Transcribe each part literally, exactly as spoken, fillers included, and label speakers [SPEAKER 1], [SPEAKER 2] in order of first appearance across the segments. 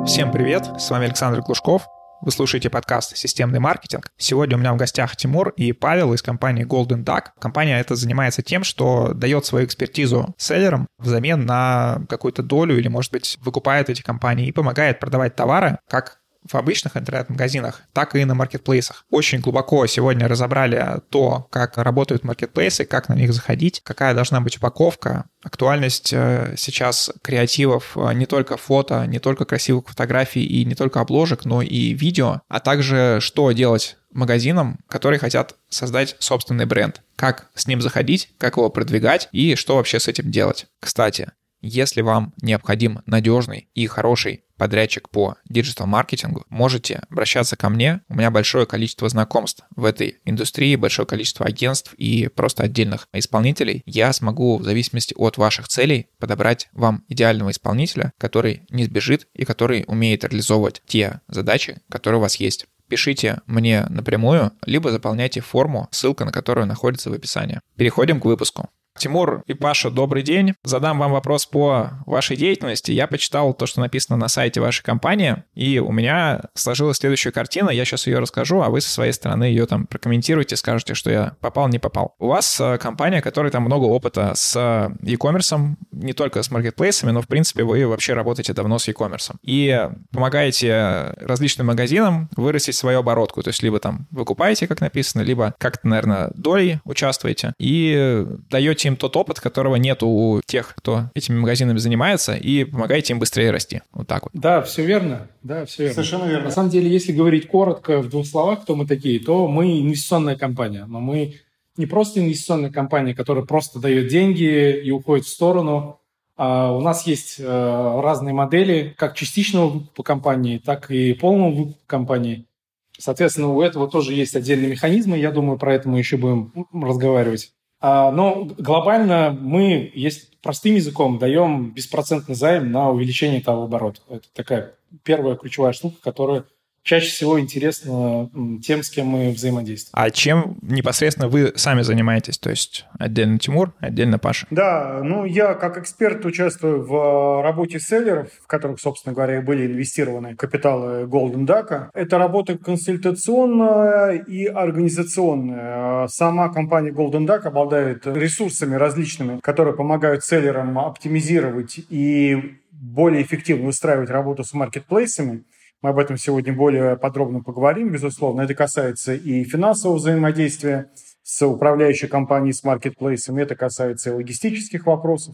[SPEAKER 1] Всем привет, с вами Александр Глушков. Вы слушаете подкаст «Системный маркетинг». Сегодня у меня в гостях Тимур и Павел из компании Golden Duck. Компания эта занимается тем, что дает свою экспертизу селлерам взамен на какую-то долю или, может быть, выкупает эти компании и помогает продавать товары как в обычных интернет-магазинах, так и на маркетплейсах. Очень глубоко сегодня разобрали то, как работают маркетплейсы, как на них заходить, какая должна быть упаковка, актуальность сейчас креативов не только фото, не только красивых фотографий и не только обложек, но и видео, а также что делать магазинам, которые хотят создать собственный бренд, как с ним заходить, как его продвигать и что вообще с этим делать. Кстати, если вам необходим надежный и хороший подрядчик по диджитал-маркетингу, можете обращаться ко мне. У меня большое количество знакомств в этой индустрии, большое количество агентств и просто отдельных исполнителей. Я смогу в зависимости от ваших целей подобрать вам идеального исполнителя, который не сбежит и который умеет реализовывать те задачи, которые у вас есть. Пишите мне напрямую, либо заполняйте форму, ссылка на которую находится в описании. Переходим к выпуску. Тимур и Паша, добрый день. Задам вам вопрос по вашей деятельности. Я почитал то, что написано на сайте вашей компании, и у меня сложилась следующая картина. Я сейчас ее расскажу, а вы со своей стороны ее там прокомментируете, скажете, что я попал, не попал. У вас компания, которая там много опыта с e-commerce, не только с маркетплейсами, но в принципе вы вообще работаете давно с e-commerce. И помогаете различным магазинам вырастить свою оборотку. То есть либо там выкупаете, как написано, либо как-то, наверное, долей участвуете и даете им тот опыт, которого нет у тех, кто этими магазинами занимается, и помогаете им быстрее расти. Вот так вот.
[SPEAKER 2] Да, все верно. Да, все верно.
[SPEAKER 3] Совершенно верно.
[SPEAKER 2] На самом деле, если говорить коротко, в двух словах, кто мы такие, то мы инвестиционная компания. Но мы не просто инвестиционная компания, которая просто дает деньги и уходит в сторону. А у нас есть разные модели, как частичного выкупа компании, так и полного выкупа компании. Соответственно, у этого тоже есть отдельные механизмы. Я думаю, про это мы еще будем разговаривать. Но глобально мы, если простым языком, даем беспроцентный займ на увеличение того оборота. Это такая первая ключевая штука, которая чаще всего интересна тем, с кем мы взаимодействуем.
[SPEAKER 1] А чем непосредственно вы сами занимаетесь? То есть отдельно Тимур, отдельно Паша?
[SPEAKER 3] Да, ну я как эксперт участвую в работе селлеров, в которых, собственно говоря, были инвестированы капиталы Golden Duck. Это работа консультационная и организационная. Сама компания Golden Duck обладает ресурсами различными, которые помогают селлерам оптимизировать и более эффективно устраивать работу с маркетплейсами. Мы об этом сегодня более подробно поговорим, безусловно. Это касается и финансового взаимодействия с управляющей компанией, с маркетплейсом. Это касается и логистических вопросов,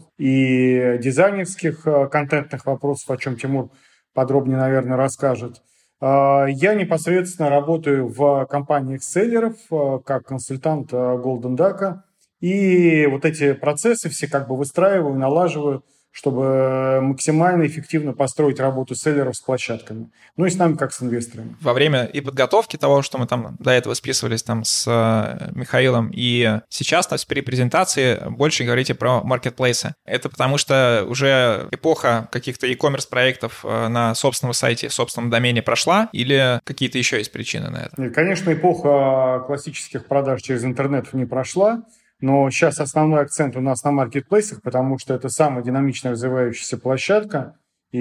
[SPEAKER 3] и дизайнерских контентных вопросов, о чем Тимур подробнее, наверное, расскажет. Я непосредственно работаю в компаниях селлеров как консультант Golden Duck. И вот эти процессы все как бы выстраиваю, налаживаю, чтобы максимально эффективно построить работу селлеров с площадками. Ну и с нами, как с инвесторами.
[SPEAKER 1] Во время и подготовки того, что мы там до этого списывались там с Михаилом, и сейчас то есть при презентации больше говорите про маркетплейсы. Это потому что уже эпоха каких-то e-commerce проектов на собственном сайте, собственном домене прошла, или какие-то еще есть причины на это?
[SPEAKER 3] Нет, конечно, эпоха классических продаж через интернет не прошла. Но сейчас основной акцент у нас на маркетплейсах, потому что это самая динамично развивающаяся площадка.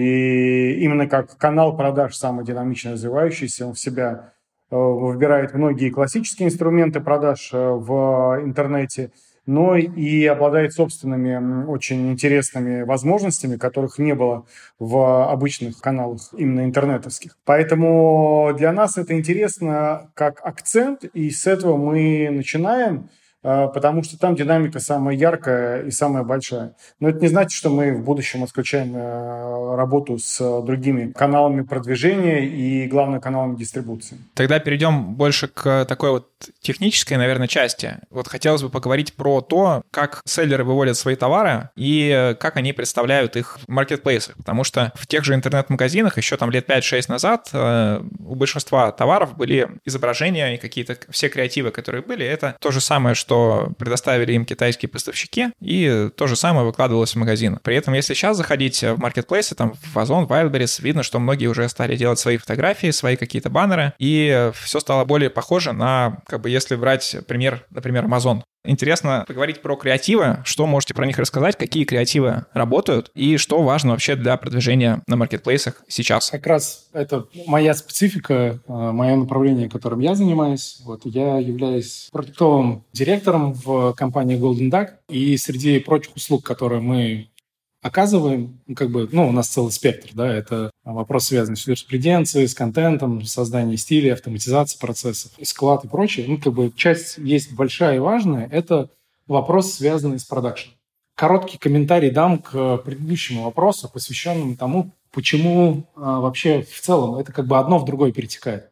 [SPEAKER 3] И именно как канал продаж самый динамично развивающийся, он в себя выбирает многие классические инструменты продаж в интернете, но и обладает собственными очень интересными возможностями, которых не было в обычных каналах именно интернетовских. Поэтому для нас это интересно как акцент, и с этого мы начинаем, потому что там динамика самая яркая и самая большая. Но это не значит, что мы в будущем исключаем работу с другими каналами продвижения и, главное, каналами дистрибуции.
[SPEAKER 1] Тогда перейдем больше к такой вот технической, наверное, части. Вот хотелось бы поговорить про то, как селлеры выводят свои товары и как они представляют их в маркетплейсах. Потому что в тех же интернет-магазинах еще там лет пять-шесть назад у большинства товаров были изображения и какие-то все креативы, которые были, это то же самое, что предоставили им китайские поставщики, и то же самое выкладывалось в магазин. При этом, если сейчас заходить в маркетплейсы, там в Озон, в Wildberries, видно, что многие уже стали делать свои фотографии, свои какие-то баннеры, и все стало более похоже на, как бы, если брать пример, например, Amazon. Интересно поговорить про креативы. Что можете про них рассказать, какие креативы работают и что важно вообще для продвижения на маркетплейсах сейчас?
[SPEAKER 2] Как раз это моя специфика, мое направление, которым я занимаюсь. Вот я являюсь продуктовым директором в компании Golden Duck, и среди прочих услуг, которые мы оказываем, как бы, ну, у нас целый спектр, да, это вопрос, связанный с юриспруденцией, с контентом, созданием стиля, автоматизацией процессов, склад и прочее. Ну, как бы часть есть большая и важная, это вопрос, связанный с продакшеном. Короткий комментарий дам к предыдущему вопросу, посвященному тому, почему а, вообще в целом это как бы одно в другое перетекает.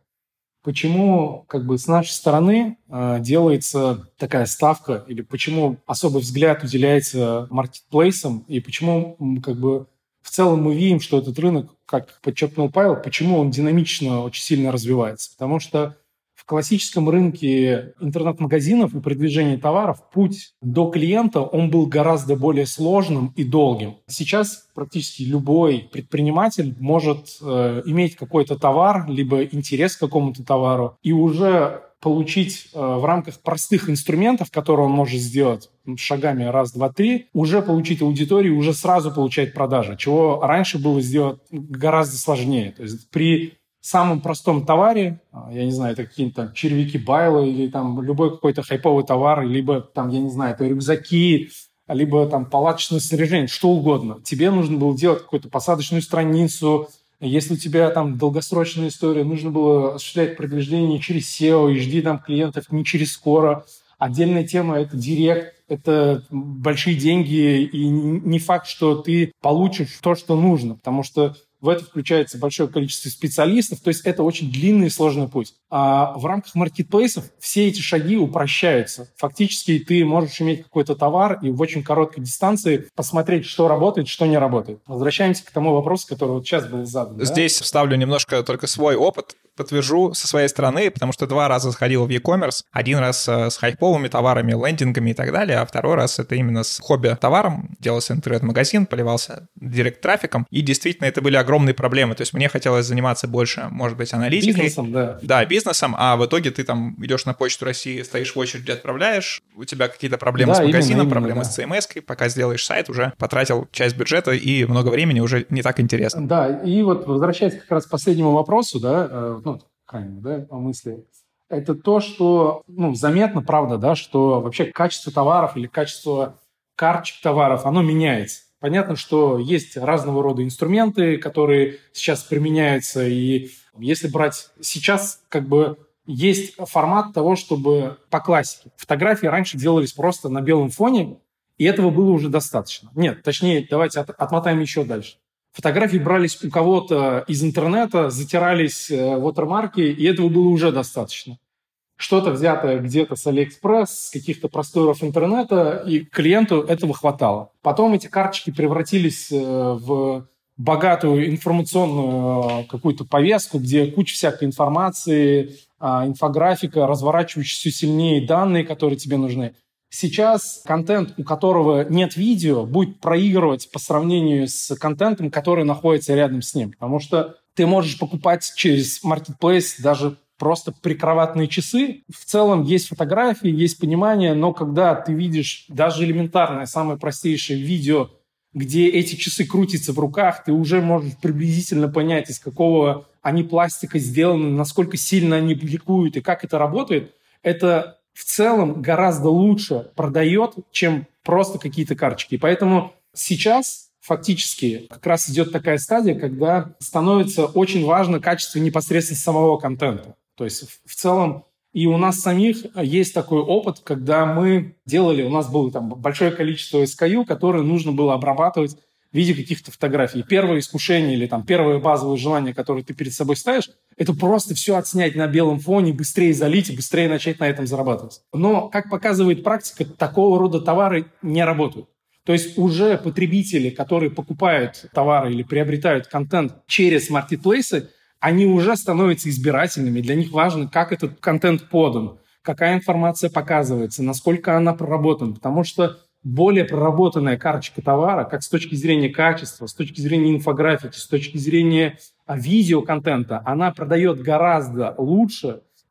[SPEAKER 2] Почему как бы с нашей стороны э, делается такая ставка, или почему особый взгляд уделяется маркетплейсам, и почему как бы в целом мы видим, что этот рынок, как подчеркнул Павел, почему он динамично очень сильно развивается. Потому что в классическом рынке интернет-магазинов и продвижения товаров путь до клиента, он был гораздо более сложным и долгим. Сейчас практически любой предприниматель может э, иметь какой-то товар, либо интерес к какому-то товару, и уже получить э, в рамках простых инструментов, которые он может сделать шагами раз, два, три, уже получить аудиторию, уже сразу получать продажи, чего раньше было сделать гораздо сложнее. То есть при самом простом товаре, я не знаю, это какие-то там червяки Байла или там любой какой-то хайповый товар, либо там, я не знаю, это рюкзаки, либо там палаточное снаряжение, что угодно. Тебе нужно было делать какую-то посадочную страницу. Если у тебя там долгосрочная история, нужно было осуществлять продвижение через сео и жди там клиентов не через скоро. Отдельная тема – это директ, это большие деньги, и не факт, что ты получишь то, что нужно, потому что в это включается большое количество специалистов, то есть это очень длинный и сложный путь. А в рамках маркетплейсов все эти шаги упрощаются. Фактически ты можешь иметь какой-то товар и в очень короткой дистанции посмотреть, что работает, что не работает. Возвращаемся к тому вопросу, который вот сейчас был задан.
[SPEAKER 1] Здесь
[SPEAKER 2] да?
[SPEAKER 1] вставлю немножко только свой опыт. Подтвержу со своей стороны, потому что два раза сходил в e-commerce. Один раз с хайповыми товарами, лендингами и так далее, а второй раз это именно с хобби-товаром. Делался интернет-магазин, поливался директ-трафиком, и действительно это были огромные проблемы. То есть мне хотелось заниматься больше, может быть, аналитикой.
[SPEAKER 2] Бизнесом, да.
[SPEAKER 1] Да, бизнесом, а в итоге ты там идешь на Почту России, стоишь в очереди, отправляешь, у тебя какие-то проблемы
[SPEAKER 2] да,
[SPEAKER 1] с магазином,
[SPEAKER 2] именно,
[SPEAKER 1] проблемы
[SPEAKER 2] именно,
[SPEAKER 1] с си эм эс-кой, пока сделаешь сайт, уже потратил часть бюджета и много времени, уже не так интересно.
[SPEAKER 2] Да, и вот возвращаясь как раз к последнему вопросу, да, ну, крайнему, да, по мысли, это то, что, ну, заметно, правда, да, что вообще качество товаров или качество карточек товаров, оно меняется. Понятно, что есть разного рода инструменты, которые сейчас применяются, и если брать сейчас, как бы, есть формат того, чтобы по классике. Фотографии раньше делались просто на белом фоне, и этого было уже достаточно. Нет, точнее, давайте от, отмотаем еще дальше. Фотографии брались у кого-то из интернета, затирались э, вотермарки, и этого было уже достаточно. Что-то взятое где-то с Алиэкспресс, с каких-то просторов интернета, и клиенту этого хватало. Потом эти карточки превратились э, в богатую информационную э, какую-то повестку, где куча всякой информации, э, инфографика, разворачивающиеся сильнее данные, которые тебе нужны. Сейчас контент, у которого нет видео, будет проигрывать по сравнению с контентом, который находится рядом с ним. Потому что ты можешь покупать через маркетплейс даже просто прикроватные часы. В целом есть фотографии, есть понимание, но когда ты видишь даже элементарное, самое простейшее видео, где эти часы крутятся в руках, ты уже можешь приблизительно понять, из какого они пластика сделаны, насколько сильно они бликуют и как это работает. Это в целом гораздо лучше продает, чем просто какие-то карточки. Поэтому сейчас фактически как раз идет такая стадия, когда становится очень важно качество непосредственно самого контента. То есть в целом и у нас самих есть такой опыт, когда мы делали, у нас было там большое количество эс кей ю, которые нужно было обрабатывать в виде каких-то фотографий. Первое искушение или там первое базовое желание, которое ты перед собой ставишь, это просто все отснять на белом фоне, быстрее залить и быстрее начать на этом зарабатывать. Но, как показывает практика, такого рода товары не работают. То есть уже потребители, которые покупают товары или приобретают контент через маркетплейсы, они уже становятся избирательными. Для них важно, как этот контент подан, какая информация показывается, насколько она проработана. Потому что более проработанная карточка товара, как с точки зрения качества, с точки зрения инфографики, с точки зрения видеоконтента, она продает гораздо лучше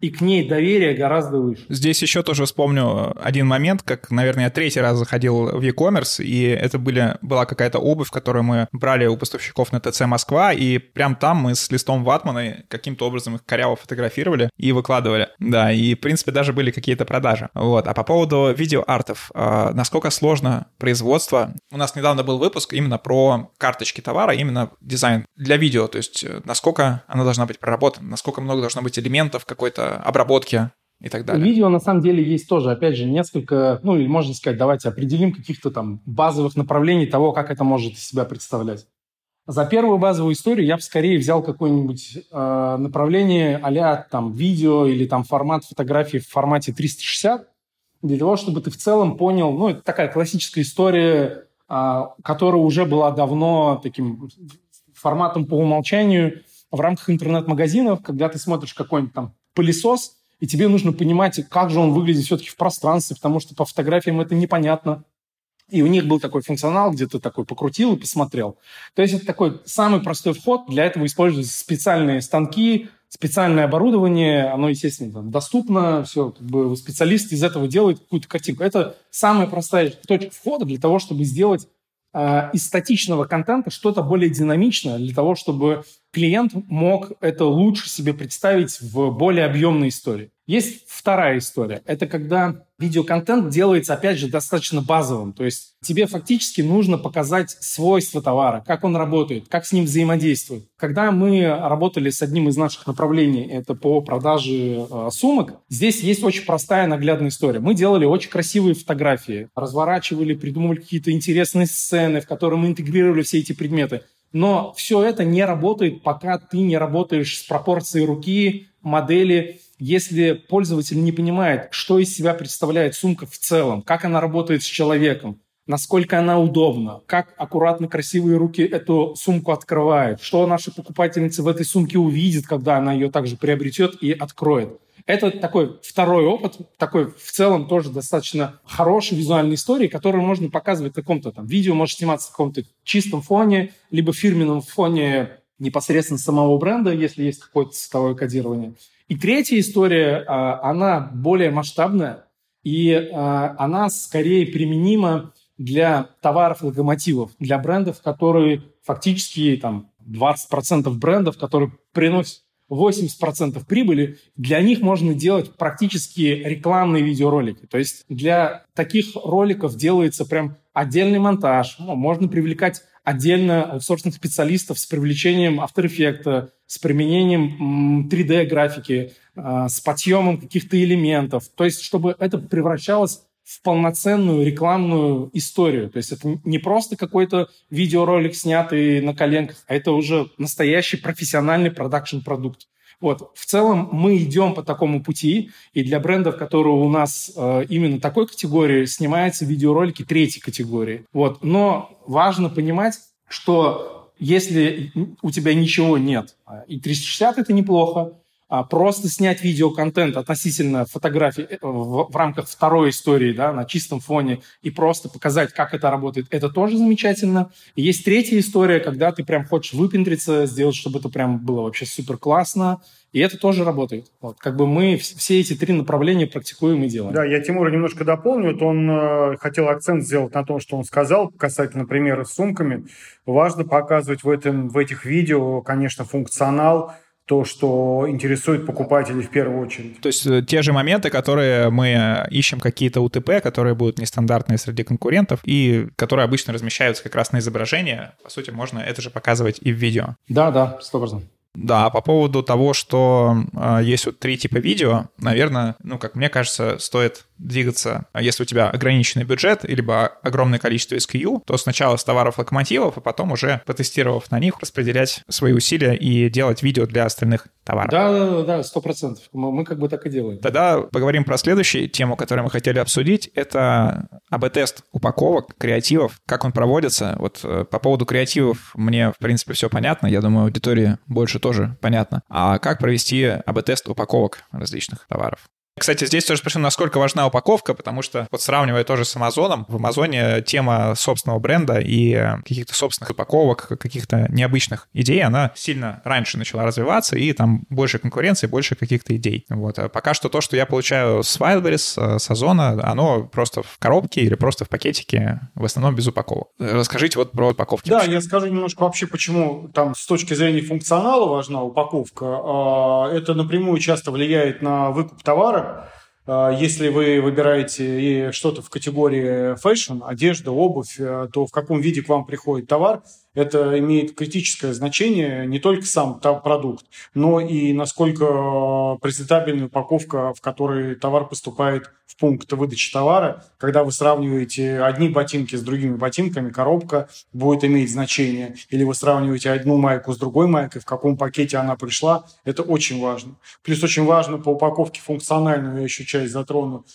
[SPEAKER 2] и к ней доверие гораздо выше.
[SPEAKER 1] Здесь еще тоже вспомню один момент, как, наверное, я третий раз заходил в e-commerce, и это были, была какая-то обувь, которую мы брали у поставщиков на ТЦ Москва, и прям там мы с листом ватмана каким-то образом их коряво фотографировали и выкладывали. Да, и, в принципе, даже были какие-то продажи. Вот. А по поводу видеоартов, э, насколько сложно производство? У нас недавно был выпуск именно про карточки товара, именно дизайн для видео, то есть насколько она должна быть проработана, насколько много должно быть элементов какой-то обработки и так далее.
[SPEAKER 2] Видео на самом деле есть тоже, опять же, несколько, ну или можно сказать, давайте определим каких-то там базовых направлений того, как это может из себя представлять. За первую базовую историю я бы скорее взял какое-нибудь э, направление а-ля там видео или там формат фотографии в формате триста шестьдесят, для того, чтобы ты в целом понял, ну это такая классическая история, э, которая уже была давно таким форматом по умолчанию в рамках интернет-магазинов, когда ты смотришь какой-нибудь там пылесос, и тебе нужно понимать, как же он выглядит все-таки в пространстве, потому что по фотографиям это непонятно. И у них был такой функционал, где ты такой покрутил и посмотрел. То есть это такой самый простой вход. Для этого используются специальные станки, специальное оборудование. Оно, естественно, доступно. Все, как бы специалист из этого делает какую-то картинку. Это самая простая точка входа для того, чтобы сделать э, из статичного контента что-то более динамичное, для того, чтобы клиент мог это лучше себе представить в более объемной истории. Есть вторая история. Это когда видеоконтент делается, опять же, достаточно базовым. То есть тебе фактически нужно показать свойства товара, как он работает, как с ним взаимодействует. Когда мы работали с одним из наших направлений, это по продаже э, сумок, здесь есть очень простая наглядная история. Мы делали очень красивые фотографии, разворачивали, придумывали какие-то интересные сцены, в которые мы интегрировали все эти предметы. Но все это не работает, пока ты не работаешь с пропорцией руки, модели. Если пользователь не понимает, что из себя представляет сумка в целом, как она работает с человеком, насколько она удобна, как аккуратно красивые руки эту сумку открывают, что наша покупательница в этой сумке увидит, когда она ее также приобретет и откроет. Это такой второй опыт, такой в целом тоже достаточно хорошей визуальной истории, которую можно показывать в каком-то там видео, может сниматься в каком-то чистом фоне, либо фирменном фоне непосредственно самого бренда, если есть какое-то цветовое кодирование. И третья история, она более масштабная, и она скорее применима для товаров-локомотивов, для брендов, которые фактически там, двадцать процентов брендов, которые приносят восемьдесят процентов прибыли, для них можно делать практически рекламные видеоролики. То есть для таких роликов делается прям отдельный монтаж, можно привлекать отдельно аутсорсных специалистов с привлечением After Effects, с применением три дэ-графики, с подъемом каких-то элементов. То есть чтобы это превращалось в полноценную рекламную историю. То есть это не просто какой-то видеоролик, снятый на коленках, а это уже настоящий профессиональный продакшн-продукт. Вот. В целом мы идем по такому пути, и для брендов, которые у нас э, именно такой категории, снимаются видеоролики третьей категории. Вот. Но важно понимать, что если у тебя ничего нет, и триста шестьдесят это неплохо, а просто снять видеоконтент относительно фотографий в, в рамках второй истории, да, на чистом фоне и просто показать, как это работает, это тоже замечательно. И есть третья история, когда ты прям хочешь выпендриться, сделать, чтобы это прям было вообще супер классно, и это тоже работает. Вот, как бы мы все эти три направления практикуем и делаем.
[SPEAKER 3] Да, я Тимура немножко дополню. Вот он э, хотел акцент сделать на том, что он сказал касательно примера с сумками. Важно показывать в, этом, в этих видео, конечно, функционал, то, что интересует покупателей в первую очередь.
[SPEAKER 1] То есть те же моменты, которые мы ищем какие-то УТП, которые будут нестандартные среди конкурентов и которые обычно размещаются как раз на изображение, по сути, можно это же показывать и в видео.
[SPEAKER 2] Да, да, сто процентов.
[SPEAKER 1] Да, по поводу того, что э, есть вот три типа видео, наверное, ну, как мне кажется, стоит двигаться, если у тебя ограниченный бюджет, либо огромное количество эс кей ю, то сначала с товаров-локомотивов, а потом уже, потестировав на них, распределять свои усилия и делать видео для остальных товаров.
[SPEAKER 2] Да, да, да, сто процентов. Мы, мы как бы так и делаем.
[SPEAKER 1] Тогда поговорим про следующую тему, которую мы хотели обсудить. Это эй би-тест упаковок, креативов, как он проводится. Вот по поводу креативов мне, в принципе, все понятно. Я думаю, аудитории больше тоже понятно. А как провести эй би-тест упаковок различных товаров? Кстати, здесь тоже спрошу, насколько важна упаковка, потому что, вот сравнивая тоже с Амазоном, в Амазоне тема собственного бренда и каких-то собственных упаковок, каких-то необычных идей, она сильно раньше начала развиваться, и там больше конкуренции, больше каких-то идей. Вот. А пока что то, что я получаю с Wildberries, с Озона, оно просто в коробке или просто в пакетике, в основном без упаковок. Расскажите вот про упаковки.
[SPEAKER 3] Да, я скажу немножко вообще, почему там с точки зрения функционала важна упаковка. Это напрямую часто влияет на выкуп товара. Если вы выбираете что-то в категории фэшн, одежда, обувь, то в каком виде к вам приходит товар, это имеет критическое значение не только сам продукт, но и насколько презентабельная упаковка, в которой товар поступает в пункт выдачи товара. Когда вы сравниваете одни ботинки с другими ботинками, коробка будет иметь значение. Или вы сравниваете одну майку с другой майкой, в каком пакете она пришла. Это очень важно. Плюс очень важно по упаковке функциональную, я еще часть затрону,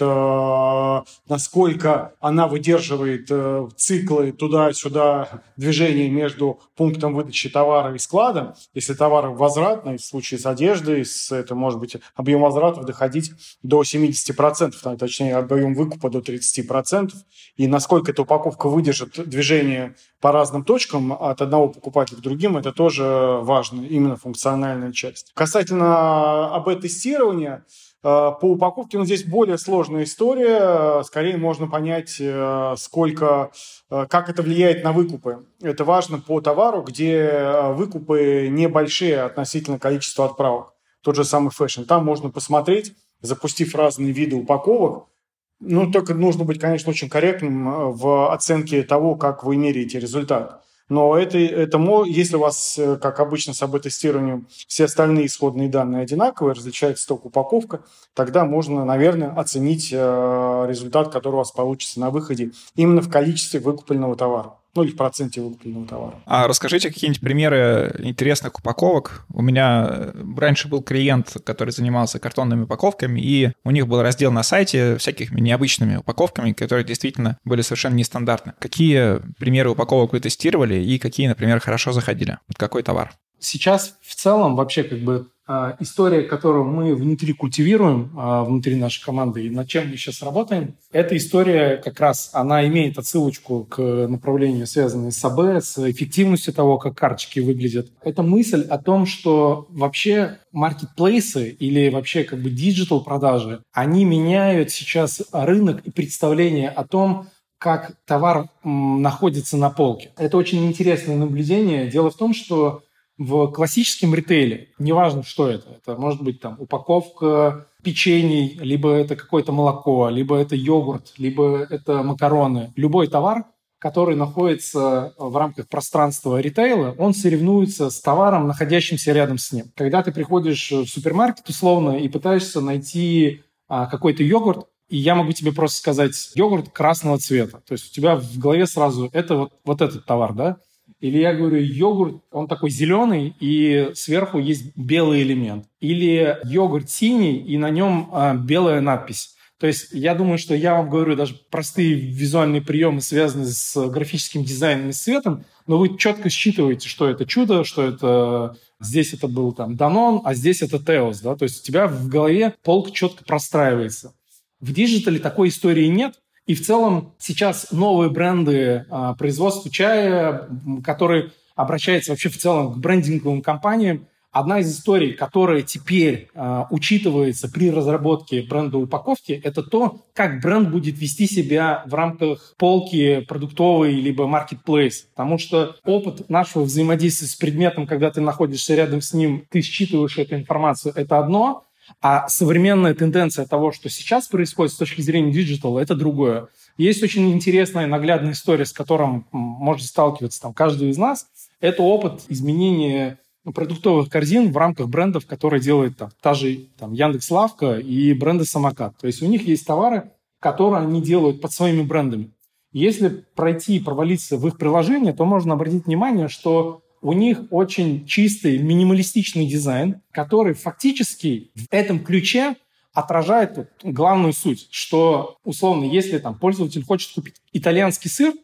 [SPEAKER 3] это насколько она выдерживает циклы туда-сюда движения между пунктом выдачи товара и складом. Если товар возвратный, в случае с одеждой, с, это может быть объем возвратов доходить до семьдесят процентов, точнее объем выкупа до тридцать процентов. И насколько эта упаковка выдержит движение по разным точкам от одного покупателя к другим, это тоже важно, именно функциональная часть. Касательно эй би-тестирования, по упаковке, ну, здесь более сложная история. Скорее можно понять, сколько, как это влияет на выкупы. Это важно по товару, где выкупы небольшие относительно количества отправок. Тот же самый фэшн. Там можно посмотреть, запустив разные виды упаковок. Ну, только нужно быть, конечно, очень корректным в оценке того, как вы меряете результат. Но это, это, если у вас, как обычно, с эй би-тестированием все остальные исходные данные одинаковые, различается только упаковка, тогда можно, наверное, оценить результат, который у вас получится на выходе именно в количестве выкупленного товара. Ну, или в проценте выкупленного товара.
[SPEAKER 1] А расскажите какие-нибудь примеры интересных упаковок. У меня раньше был клиент, который занимался картонными упаковками, и у них был раздел на сайте всякими необычными упаковками, которые действительно были совершенно нестандартны. Какие примеры упаковок вы тестировали и какие, например, хорошо заходили? Какой товар?
[SPEAKER 2] Сейчас в целом вообще как бы история, которую мы внутри культивируем, внутри нашей команды, и над чем мы сейчас работаем, эта история как раз, она имеет отсылочку к направлению, связанному с эй би, с эффективностью того, как карточки выглядят. Это мысль о том, что вообще маркетплейсы или вообще как бы диджитал-продажи, они меняют сейчас рынок и представление о том, как товар м, находится на полке. Это очень интересное наблюдение. Дело в том, что в классическом ритейле, неважно, что это, это может быть там упаковка печений, либо это какое-то молоко, либо это йогурт, либо это макароны. Любой товар, который находится в рамках пространства ритейла, он соревнуется с товаром, находящимся рядом с ним. Когда ты приходишь в супермаркет условно и пытаешься найти а, какой-то йогурт, и я могу тебе просто сказать йогурт красного цвета. То есть у тебя в голове сразу это вот, вот этот товар, да? Или я говорю, йогурт, он такой зеленый, и сверху есть белый элемент. Или йогурт синий, и на нем а, белая надпись. То есть я думаю, что я вам говорю даже простые визуальные приемы, связанные с графическим дизайном и цветом, но вы четко считываете, что это чудо, что это здесь это был там Данон, а здесь это Теос. Да? То есть у тебя в голове полк четко простраивается. В диджитале такой истории нет. И в целом сейчас новые бренды а, производства чая, которые обращаются вообще в целом к брендинговым компаниям, одна из историй, которая теперь а, учитывается при разработке бренда упаковки, это то, как бренд будет вести себя в рамках полки продуктовой либо маркетплейс. Потому что опыт нашего взаимодействия с предметом, когда ты находишься рядом с ним, ты считываешь эту информацию, это одно. А современная тенденция того, что сейчас происходит с точки зрения диджитала, это другое. Есть очень интересная наглядная история, с которой может сталкиваться там, каждый из нас. Это опыт изменения продуктовых корзин в рамках брендов, которые делает там, та же там, Яндекс.Лавка и бренды Самокат. То есть у них есть товары, которые они делают под своими брендами. Если пройти и провалиться в их приложение, то можно обратить внимание, что у них очень чистый, минималистичный дизайн, который фактически в этом ключе отражает вот главную суть, что, условно, если там пользователь хочет купить итальянский сыр,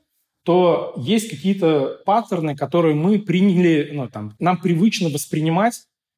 [SPEAKER 2] то есть какие-то паттерны, которые мы приняли, ну, там, нам привычно воспринимать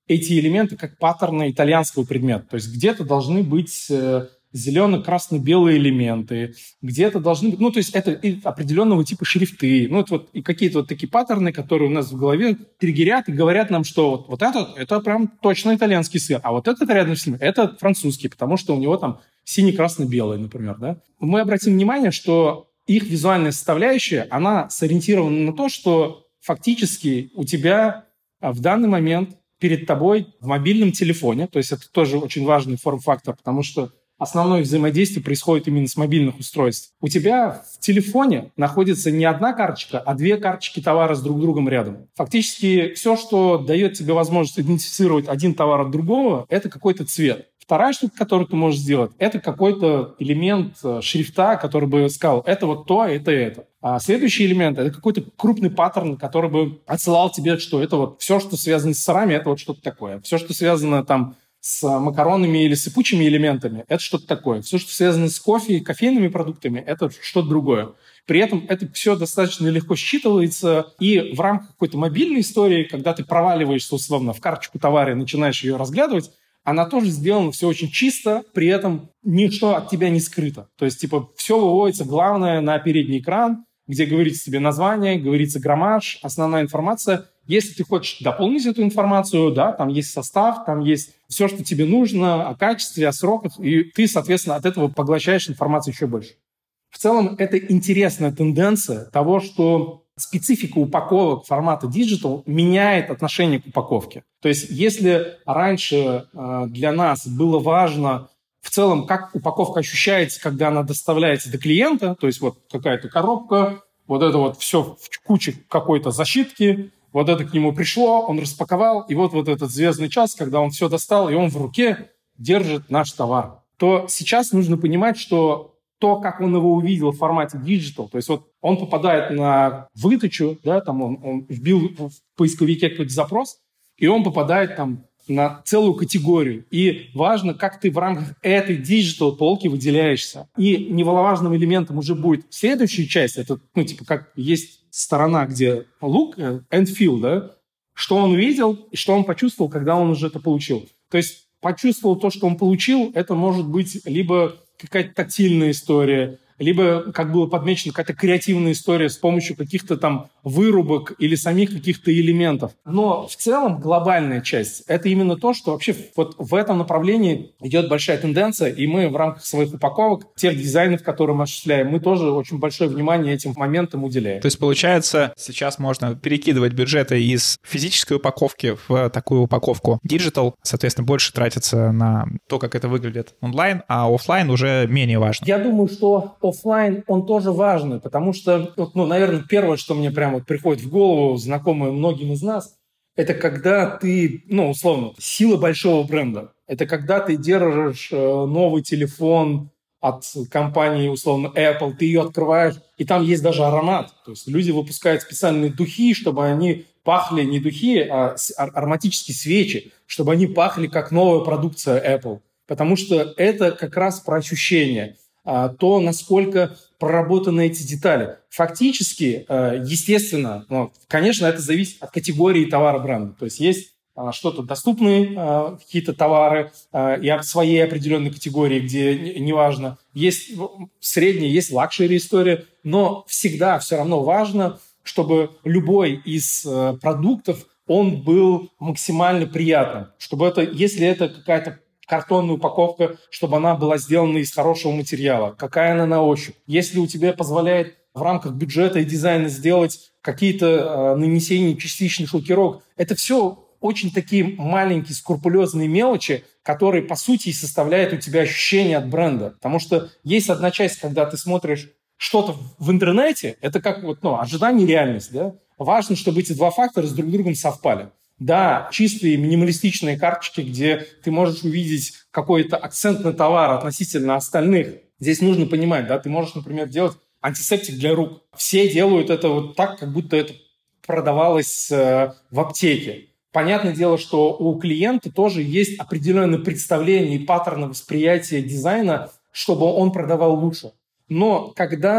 [SPEAKER 2] эти элементы как паттерны итальянского предмета. То есть где-то должны быть э, зелено-красно-белые элементы, где-то должны быть... Ну, то есть это определенного типа шрифты, ну, это вот и какие-то вот такие паттерны, которые у нас в голове триггерят и говорят нам, что вот, вот это, это прям точно итальянский сыр, а вот этот рядом с ним, это французский, потому что у него там синий-красно-белый, например, да. Мы обратим внимание, что их визуальная составляющая, она сориентирована на то, что фактически у тебя в данный момент перед тобой в мобильном телефоне, то есть это тоже очень важный форм-фактор, потому что основное взаимодействие происходит именно с мобильных устройств. У тебя в телефоне находится не одна карточка, а две карточки товара с друг другом рядом. Фактически все, что дает тебе возможность идентифицировать один товар от другого, это какой-то цвет. Вторая штука, которую ты можешь сделать, это какой-то элемент шрифта, который бы сказал, это вот то, это это. А следующий элемент – это какой-то крупный паттерн, который бы отсылал тебе, что это вот все, что связано с сырами, это вот что-то такое. Все, что связано там с макаронами или сыпучими элементами, это что-то такое. Все, что связано с кофе и кофейными продуктами, это что-то другое. При этом это все достаточно легко считывается, и в рамках какой-то мобильной истории, когда ты проваливаешься условно в карточку товара и начинаешь ее разглядывать, она тоже сделана все очень чисто, при этом ничто от тебя не скрыто. То есть, типа, все выводится, главное, на передний экран, где говорится тебе название, говорится граммаж, основная информация. Если ты хочешь дополнить эту информацию, да, там есть состав, там есть все, что тебе нужно о качестве, о сроках, и ты, соответственно, от этого поглощаешь информацию еще больше. В целом, это интересная тенденция того, что специфика упаковок формата Digital меняет отношение к упаковке. То есть, если раньше э, для нас было важно в целом, как упаковка ощущается, когда она доставляется до клиента, то есть вот какая-то коробка, вот это вот все в куче какой-то защитки, вот это к нему пришло, он распаковал, и вот, вот этот звездный час, когда он все достал, и он в руке держит наш товар, то сейчас нужно понимать, что то, как он его увидел в формате Digital, то есть вот он попадает на выдачу, да, там он, он вбил в поисковике какой-то запрос, и он попадает там на целую категорию. И важно, как ты в рамках этой диджитал полки выделяешься. И немаловажным элементом уже будет следующая часть. Это, ну, типа, как есть сторона, где look and feel, да, что он увидел и что он почувствовал, когда он уже это получил. То есть почувствовал то, что он получил, это может быть либо какая-то тактильная история, либо, как было подмечено, какая-то креативная история с помощью каких-то там вырубок или самих каких-то элементов. Но в целом глобальная часть – это именно то, что вообще вот в этом направлении идет большая тенденция, и мы в рамках своих упаковок, тех дизайнов, которые мы осуществляем, мы тоже очень большое внимание этим моментам уделяем.
[SPEAKER 1] То есть, получается, сейчас можно перекидывать бюджеты из физической упаковки в такую упаковку Digital, соответственно, больше тратится на то, как это выглядит онлайн, а офлайн уже менее важно.
[SPEAKER 2] Я думаю, что офлайн, он тоже важный, потому что, ну, наверное, первое, что мне прямо вот приходит в голову, знакомое многим из нас, это когда ты, ну, условно, сила большого бренда. Это когда ты держишь э, новый телефон от компании, условно, Apple, ты ее открываешь, и там есть даже аромат. То есть люди выпускают специальные духи, чтобы они пахли не духи, а ароматические свечи, чтобы они пахли как новая продукция Apple. Потому что это как раз про ощущение. То, насколько проработаны эти детали. Фактически, естественно, ну, конечно, это зависит от категории товара бренда. То есть есть что-то доступные какие-то товары и от своей определенной категории, где неважно. Есть средние, есть лакшери история, но всегда все равно важно, чтобы любой из продуктов, он был максимально приятным. Чтобы это, если это какая-то картонная упаковка, чтобы она была сделана из хорошего материала. Какая она на ощупь. Если у тебя позволяет в рамках бюджета и дизайна сделать какие-то э, нанесения частичных лакировок, это все очень такие маленькие скрупулезные мелочи, которые, по сути, и составляют у тебя ощущение от бренда. Потому что есть одна часть, когда ты смотришь что-то в интернете, это как вот, ну, ожидание и реальность. Да? Важно, чтобы эти два фактора с друг другом совпали. Да, чистые минималистичные карточки, где ты можешь увидеть какой-то акцентный товар относительно остальных. Здесь нужно понимать, да, ты можешь, например, делать антисептик для рук. Все делают это вот так, как будто это продавалось э, в аптеке. Понятное дело, что у клиента тоже есть определенное представление и паттерны восприятия дизайна, чтобы он продавал лучше. Но когда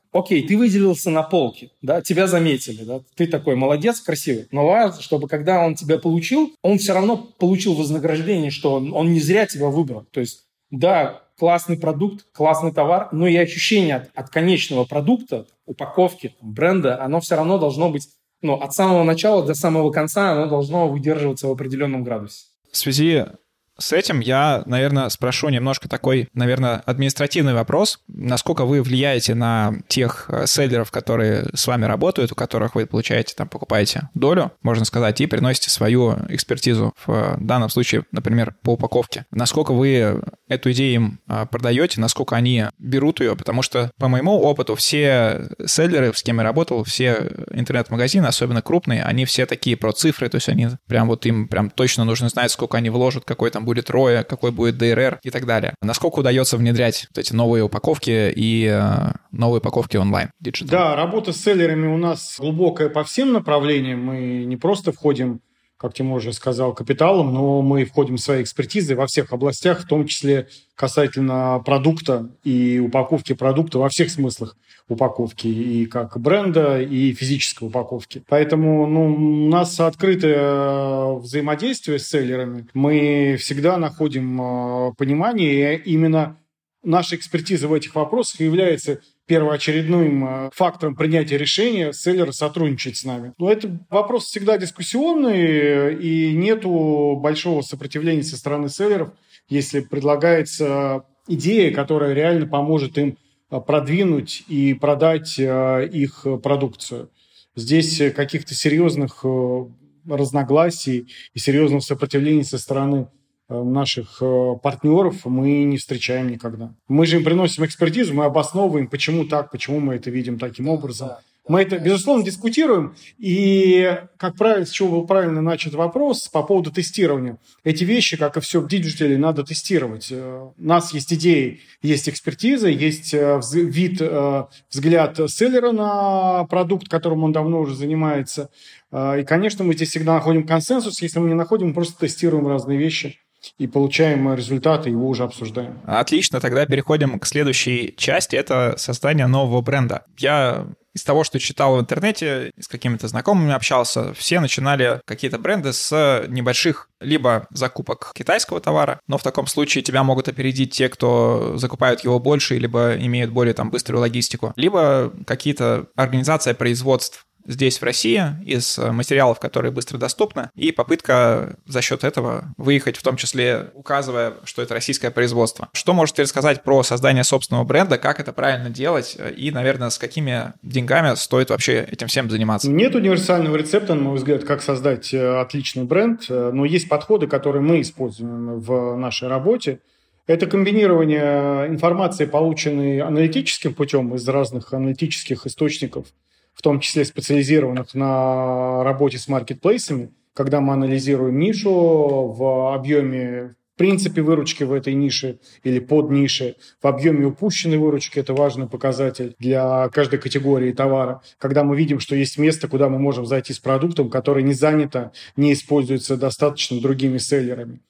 [SPEAKER 2] окей, ты выделился на полке, да, тебя заметили, да, ты такой молодец, красивый. Но важно, чтобы когда он тебя получил, он все равно получил вознаграждение, что он, он не зря тебя выбрал. То есть, да, классный продукт, классный товар, но и ощущение от, от конечного продукта, упаковки, бренда, оно все равно должно быть, ну, от самого начала до самого конца оно должно выдерживаться в определенном градусе.
[SPEAKER 1] В связи с этим я, наверное, спрошу немножко такой, наверное, административный вопрос. Насколько вы влияете на тех селлеров, которые с вами работают, у которых вы получаете, там, покупаете долю, можно сказать, и приносите свою экспертизу в данном случае, например, по упаковке. Насколько вы эту идею им продаете, насколько они берут ее, потому что, по моему опыту, все селлеры, с кем я работал, все интернет-магазины, особенно крупные, они все такие про цифры, то есть они прям вот им прям точно нужно знать, сколько они вложат, какой там будет роя, какой будет ди эр эр и так далее. Насколько удается внедрять вот эти новые упаковки и э, новые упаковки онлайн? Digital?
[SPEAKER 3] Да, работа с селлерами у нас глубокая по всем направлениям. Мы не просто входим, как Тимур уже сказал, капиталом, но мы входим своей экспертизой во всех областях, в том числе касательно продукта и упаковки продукта во всех смыслах упаковки, и как бренда, и физической упаковки. Поэтому ну, у нас открытое взаимодействие с селлерами. Мы всегда находим понимание, и именно наша экспертиза в этих вопросах является первоочередным фактором принятия решения селлера сотрудничать с нами. Но это вопрос всегда дискуссионный, и нету большого сопротивления со стороны селлеров, если предлагается идея, которая реально поможет им продвинуть и продать их продукцию. Здесь каких-то серьезных разногласий и серьезного сопротивления со стороны наших партнеров мы не встречаем никогда. Мы же им приносим экспертизу, мы обосновываем, почему так, почему мы это видим таким образом. Мы это, безусловно, дискутируем. И, как правило, с чего был правильно начат вопрос по поводу тестирования. Эти вещи, как и все в диджитале, надо тестировать. У нас есть идеи, есть экспертиза, есть вид, взгляд селлера на продукт, которым он давно уже занимается. И, конечно, мы здесь всегда находим консенсус. Если мы не находим, мы просто тестируем разные вещи и получаем результаты, его уже обсуждаем.
[SPEAKER 1] Отлично, тогда переходим к следующей части. Это создание нового бренда. Я из того, что читал в интернете, с какими-то знакомыми общался, все начинали какие-то бренды с небольших либо закупок китайского товара, но в таком случае тебя могут опередить те, кто закупают его больше, либо имеют более там быструю логистику, либо какие-то организации производств здесь, в России, из материалов, которые быстро доступны, и попытка за счет этого выехать, в том числе указывая, что это российское производство. Что можете рассказать про создание собственного бренда, как это правильно делать, и, наверное, с какими деньгами стоит вообще этим всем заниматься?
[SPEAKER 3] Нет универсального рецепта, на мой взгляд, как создать отличный бренд, но есть подходы, которые мы используем в нашей работе. Это комбинирование информации, полученной аналитическим путем из разных аналитических источников, в том числе специализированных на работе с маркетплейсами, когда мы анализируем нишу в объеме, в принципе, выручки в этой нише или под нише, в объеме упущенной выручки, это важный показатель для каждой категории товара, когда мы видим, что есть место, куда мы можем зайти с продуктом, который не занято, не используется достаточно другими селлерами.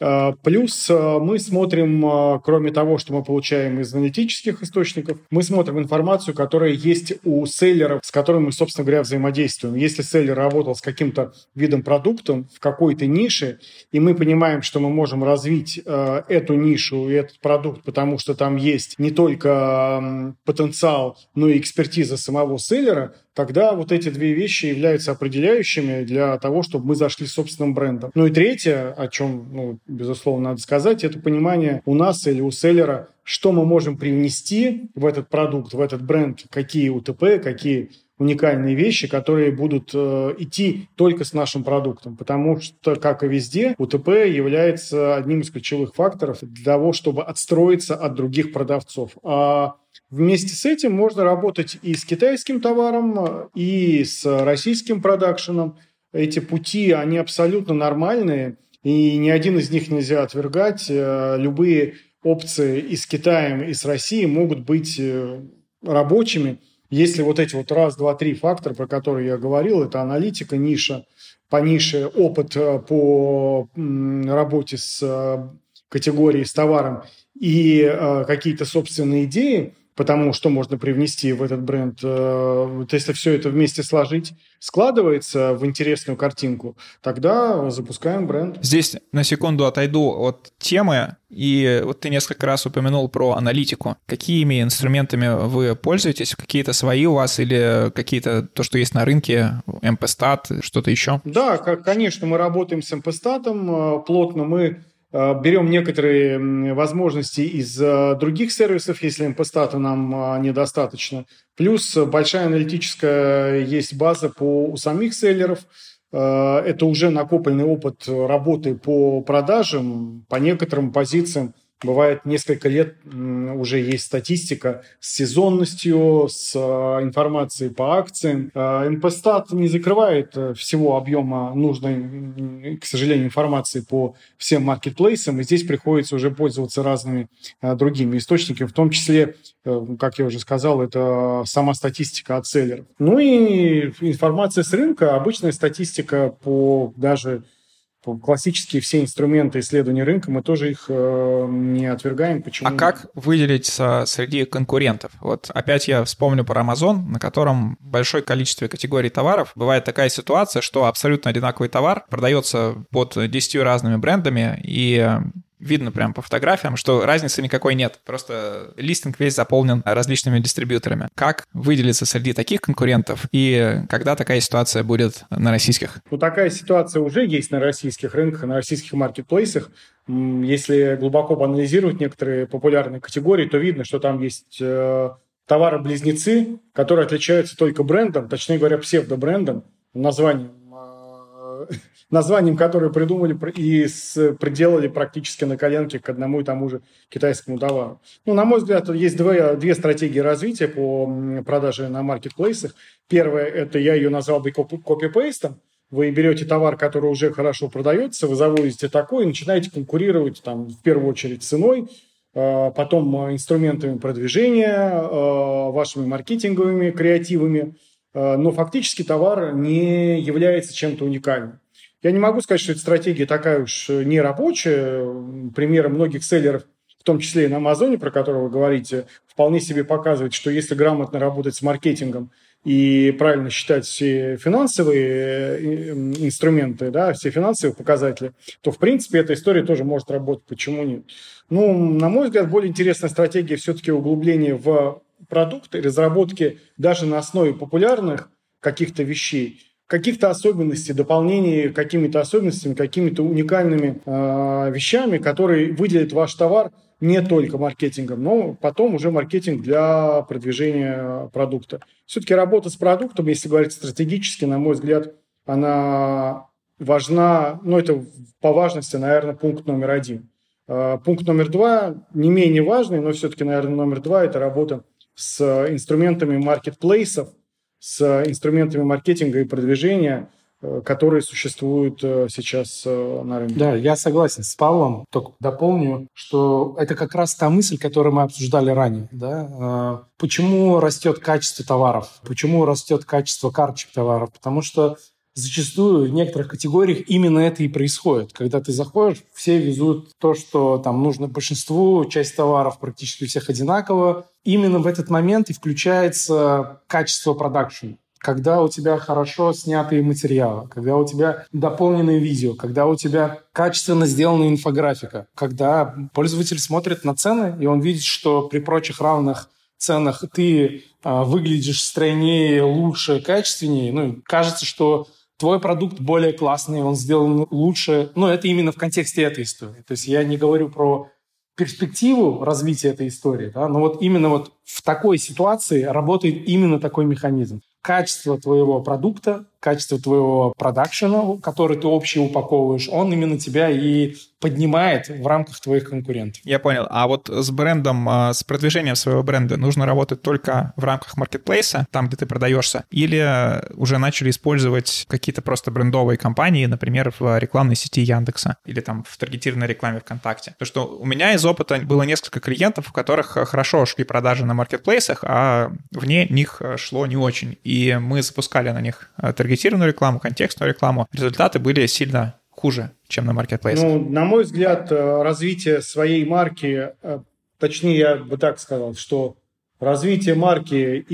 [SPEAKER 3] Плюс мы смотрим, кроме того, что мы получаем из аналитических источников, мы смотрим информацию, которая есть у селлеров, с которыми мы, собственно говоря, взаимодействуем. Если селлер работал с каким-то видом продукта в какой-то нише, и мы понимаем, что мы можем развить эту нишу и этот продукт, потому что там есть не только потенциал, но и экспертиза самого селлера, тогда вот эти две вещи являются определяющими для того, чтобы мы зашли с собственным брендом. Ну и третье, о чем, ну, безусловно, надо сказать, это понимание у нас или у селлера, что мы можем привнести в этот продукт, в этот бренд, какие УТП, какие уникальные вещи, которые будут э, идти только с нашим продуктом. Потому что, как и везде, УТП является одним из ключевых факторов для того, чтобы отстроиться от других продавцов. А вместе с этим можно работать и с китайским товаром, и с российским продакшеном. Эти пути, они абсолютно нормальные, и ни один из них нельзя отвергать. Любые опции и с Китаем, и с Россией могут быть рабочими, если вот эти вот раз, два, три фактора, про которые я говорил, это аналитика, ниша, по нише опыт по работе с категорией, с товаром и какие-то собственные идеи, потому что можно привнести в этот бренд. Вот если все это вместе сложить, складывается в интересную картинку, тогда запускаем бренд.
[SPEAKER 1] Здесь на секунду отойду от темы, и вот ты несколько раз упомянул про аналитику. Какими инструментами вы пользуетесь? Какие-то свои у вас или какие-то то, что есть на рынке, эм пи стат, что-то еще?
[SPEAKER 3] Да, конечно, мы работаем с эм пи статом плотно. Мы берем некоторые возможности из других сервисов, если эм пи стата нам недостаточно. Плюс большая аналитическая есть база по, у самих селлеров. Это уже накопленный опыт работы по продажам, по некоторым позициям. Бывает, несколько лет уже есть статистика с сезонностью, с информацией по акциям. эм пи стат не закрывает всего объема нужной, к сожалению, информации по всем маркетплейсам, и здесь приходится уже пользоваться разными другими источниками, в том числе, как я уже сказал, это сама статистика от селлеров. Ну и информация с рынка, обычная статистика по даже... Классические все инструменты исследования рынка, мы тоже их э, не отвергаем. Почему?
[SPEAKER 1] А как выделить среди конкурентов? Вот опять я вспомню про Amazon, на котором в большое количество категорий товаров бывает такая ситуация, что абсолютно одинаковый товар продается под десятью разными брендами, и видно прямо по фотографиям, что разницы никакой нет. Просто листинг весь заполнен различными дистрибьюторами. Как выделиться среди таких конкурентов и когда такая ситуация будет на российских?
[SPEAKER 3] Ну, такая ситуация уже есть на российских рынках, на российских маркетплейсах. Если глубоко поанализировать некоторые популярные категории, то видно, что там есть э, товары-близнецы, которые отличаются только брендом, точнее говоря, псевдобрендом, названием, э, названием, которое придумали и с, приделали практически на коленке к одному и тому же китайскому товару. Ну, на мой взгляд, есть две, две стратегии развития по продаже на маркетплейсах. Первая, это я ее назвал бы копипейстом. Вы берете товар, который уже хорошо продается, вы заводите такой и начинаете конкурировать там, в первую очередь ценой, потом инструментами продвижения, вашими маркетинговыми креативами. Но фактически товар не является чем-то уникальным. Я не могу сказать, что эта стратегия такая уж не рабочая. Примеры многих селлеров, в том числе и на Амазоне, про который вы говорите, вполне себе показывает, что если грамотно работать с маркетингом и правильно считать все финансовые инструменты, да, все финансовые показатели, то, в принципе, эта история тоже может работать. Почему нет? Ну, на мой взгляд, более интересная стратегия все-таки углубление в продукты, разработки даже на основе популярных каких-то вещей, каких-то особенностей, дополнений какими-то особенностями, какими-то уникальными э, вещами, которые выделят ваш товар не только маркетингом, но потом уже маркетинг для продвижения продукта. Все-таки работа с продуктом, если говорить стратегически, на мой взгляд, она важна, ну это по важности, наверное, пункт номер один. Э, пункт номер два, не менее важный, но все-таки, наверное, номер два, это работа с инструментами маркетплейсов, с инструментами маркетинга и продвижения, которые существуют сейчас на рынке.
[SPEAKER 2] Да, я согласен с Павлом, только дополню, что это как раз та мысль, которую мы обсуждали ранее. Да? Почему растет качество товаров? Почему растет качество карточек товаров? Потому что зачастую в некоторых категориях именно это и происходит. Когда ты заходишь, все везут то, что там нужно большинству, часть товаров практически у всех одинаково. Именно в этот момент и включается качество продакшена. Когда у тебя хорошо снятые материалы, когда у тебя дополненные видео, когда у тебя качественно сделана инфографика, когда пользователь смотрит на цены, и он видит, что при прочих равных ценах ты а, выглядишь стройнее, лучше, качественнее. Ну, кажется, что твой продукт более классный, он сделан лучше. Ну, это именно в контексте этой истории. То есть я не говорю про перспективу развития этой истории, да, но вот именно вот в такой ситуации работает именно такой механизм. Качество твоего продукта, качество твоего продакшена, который ты общий упаковываешь, он именно тебя и поднимает в рамках твоих конкурентов.
[SPEAKER 1] Я понял. А вот с брендом, с продвижением своего бренда нужно работать только в рамках маркетплейса, там, где ты продаешься, или уже начали использовать какие-то просто брендовые компании, например, в рекламной сети Яндекса или там в таргетированной рекламе ВКонтакте? Потому что у меня из опыта было несколько клиентов, у которых хорошо шли продажи на маркетплейсах, а вне них шло не очень. И мы запускали на них таргетированную рекламу, контекстную рекламу. Результаты были сильно хуже, чем на маркетплейсах.
[SPEAKER 3] Ну, на мой взгляд, развитие своей марки, точнее, я бы так сказал, что развитие марки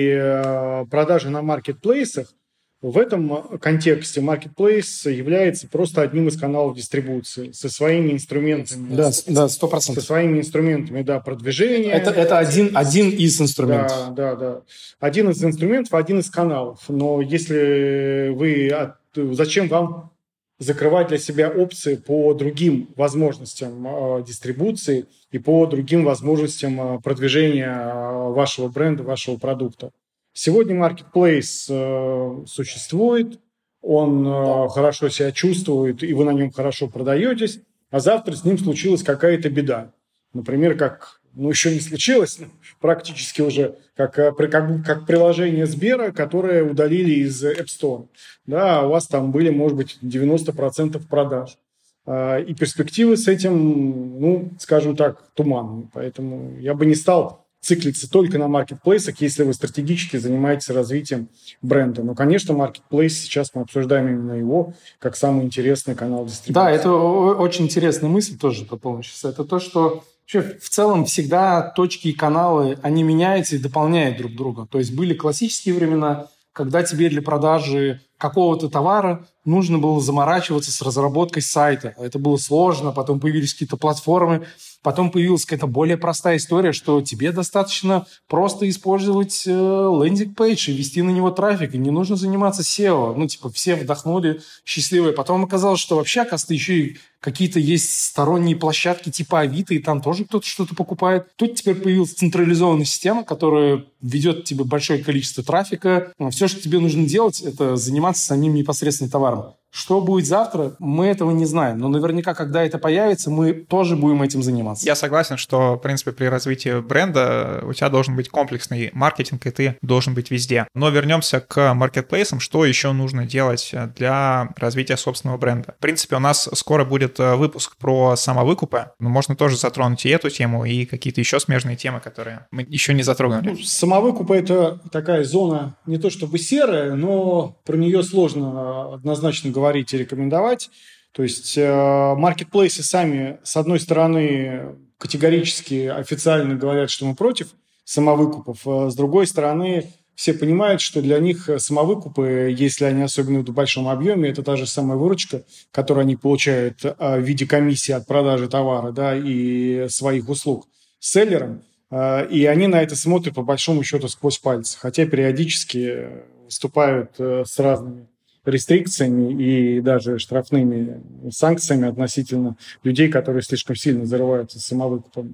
[SPEAKER 3] и продажи на маркетплейсах, в этом контексте Marketplace является просто одним из каналов дистрибуции со своими инструментами.
[SPEAKER 2] Да, да, сто процентов.
[SPEAKER 3] Со своими инструментами, да, продвижения.
[SPEAKER 2] Это, это один, один из инструментов.
[SPEAKER 3] Да, да, да. Один из инструментов, один из каналов. Но если вы... Зачем вам закрывать для себя опции по другим возможностям э, дистрибуции и по другим возможностям э, продвижения э, вашего бренда, вашего продукта? Сегодня Marketplace э, существует, он э, хорошо себя чувствует, и вы на нем хорошо продаетесь, а завтра с ним случилась какая-то беда. Например, как, ну, еще не случилось, практически уже, как, как, как приложение Сбера, которое удалили из App Store. Да, у вас там были, может быть, девяносто процентов продаж. Э, и перспективы с этим, ну, скажем так, туманные. Поэтому я бы не стал циклиться только на маркетплейсах, если вы стратегически занимаетесь развитием бренда. Но, конечно, маркетплейс, сейчас мы обсуждаем именно его, как самый интересный канал дистрибуции.
[SPEAKER 2] Да, это очень интересная мысль тоже дополню сейчас. Это то, что в целом всегда точки и каналы, они меняются и дополняют друг друга. То есть были классические времена, когда тебе для продажи какого-то товара нужно было заморачиваться с разработкой сайта. Это было сложно, потом появились какие-то платформы, потом появилась какая-то более простая история, что тебе достаточно просто использовать э, лендинг-пейдж и вести на него трафик, и не нужно заниматься сео. Ну, типа, все вдохнули счастливые. Потом оказалось, что вообще, оказывается, еще и какие-то есть сторонние площадки типа Авито, и там тоже кто-то что-то покупает. Тут теперь появилась централизованная система, которая ведет тебе большое количество трафика. Все, что тебе нужно делать, это заниматься самим непосредственно товаром. Что будет завтра, мы этого не знаем. Но наверняка, когда это появится, мы тоже будем этим заниматься.
[SPEAKER 1] Я согласен, что, в принципе, при развитии бренда у тебя должен быть комплексный маркетинг, и ты должен быть везде. Но вернемся к маркетплейсам. Что еще нужно делать для развития собственного бренда? В принципе, у нас скоро будет выпуск про самовыкупы. Но можно тоже затронуть и эту тему, и какие-то еще смежные темы, которые мы еще не затронули.
[SPEAKER 3] Ну, самовыкупы – это такая зона не то чтобы серая, но про нее сложно однозначно говорить говорить и рекомендовать. То есть э, маркетплейсы сами, с одной стороны, категорически официально говорят, что мы против самовыкупов, а с другой стороны, все понимают, что для них самовыкупы, если они особенно в большом объеме, это та же самая выручка, которую они получают в виде комиссии от продажи товара, да, и своих услуг селлерам, и они на это смотрят по большому счету сквозь пальцы, хотя периодически выступают с разными рестрикциями и даже штрафными санкциями относительно людей, которые слишком сильно зарываются самовыкупами.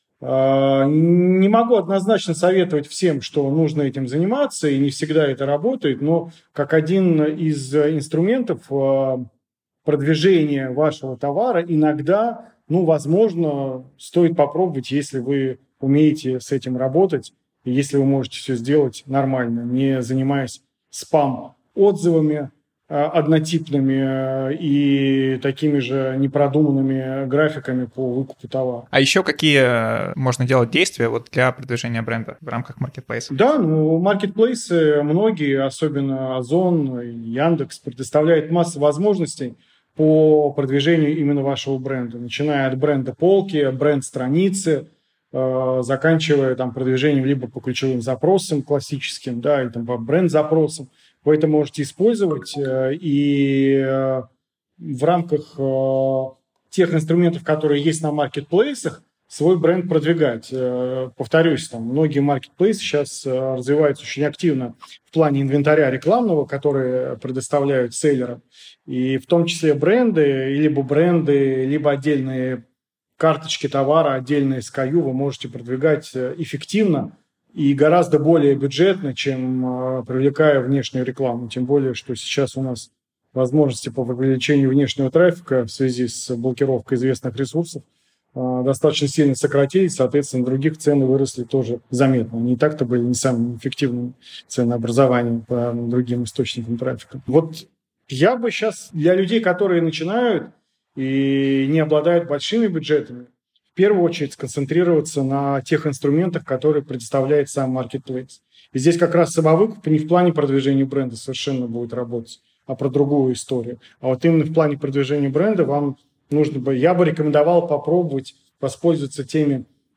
[SPEAKER 3] Не могу однозначно советовать всем, что нужно этим заниматься, и не всегда это работает, но как один из инструментов продвижения вашего товара иногда, ну, возможно, стоит попробовать, если вы умеете с этим работать, и если вы можете все сделать нормально, не занимаясь спам-отзывами, однотипными и такими же непродуманными графиками по выкупу товара.
[SPEAKER 1] А еще какие можно делать действия вот для продвижения бренда в рамках маркетплейса?
[SPEAKER 3] Да, ну, маркетплейсы многие, особенно Озон, Яндекс, предоставляют массу возможностей по продвижению именно вашего бренда, начиная от бренда полки, бренд-страницы, э, заканчивая там продвижением либо по ключевым запросам классическим, да, или там по бренд-запросам. Вы это можете использовать и в рамках тех инструментов, которые есть на маркетплейсах, свой бренд продвигать. Повторюсь, там многие маркетплейсы сейчас развиваются очень активно в плане инвентаря рекламного, который предоставляют селлерам. И в том числе бренды, либо бренды, либо отдельные карточки товара, отдельные эс кей ю вы можете продвигать эффективно и гораздо более бюджетно, чем э, привлекая внешнюю рекламу. Тем более, что сейчас у нас возможности по привлечению внешнего трафика в связи с блокировкой известных ресурсов э, достаточно сильно сократились, соответственно, других цены выросли тоже заметно. Они и так-то были не самыми эффективными ценообразованием по другим источникам трафика. Вот я бы сейчас для людей, которые начинают и не обладают большими бюджетами, в первую очередь сконцентрироваться на тех инструментах, которые предоставляет сам Marketplace. И здесь как раз самовыкуп не в плане продвижения бренда совершенно будет работать, а про другую историю. А вот именно в плане продвижения бренда вам нужно бы, я бы рекомендовал попробовать воспользоваться теми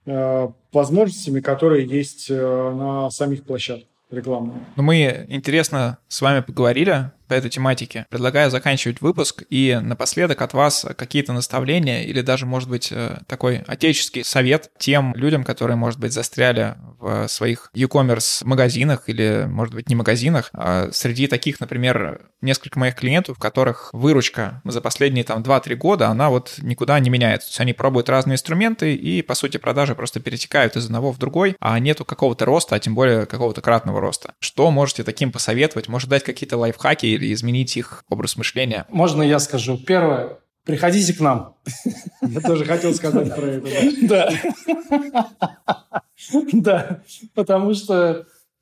[SPEAKER 3] э, возможностями, которые есть э, на самих площадках рекламных.
[SPEAKER 1] Ну, мы интересно с вами поговорили по этой тематике. Предлагаю заканчивать выпуск, и напоследок от вас какие-то наставления или даже, может быть, такой отеческий совет тем людям, которые, может быть, застряли в своих e-commerce магазинах или, может быть, не магазинах. А среди таких, например, несколько моих клиентов, у которых выручка за последние там два-три года, она вот никуда не меняется. То есть они пробуют разные инструменты, и, по сути, продажи просто перетекают из одного в другой, а нету какого-то роста, а тем более какого-то кратного роста. Что можете таким посоветовать? Может, дать какие-то лайфхаки или изменить их образ мышления?
[SPEAKER 2] Можно я скажу? Первое. Приходите к нам.
[SPEAKER 3] Я тоже хотел сказать про это.
[SPEAKER 2] Да. Да, потому что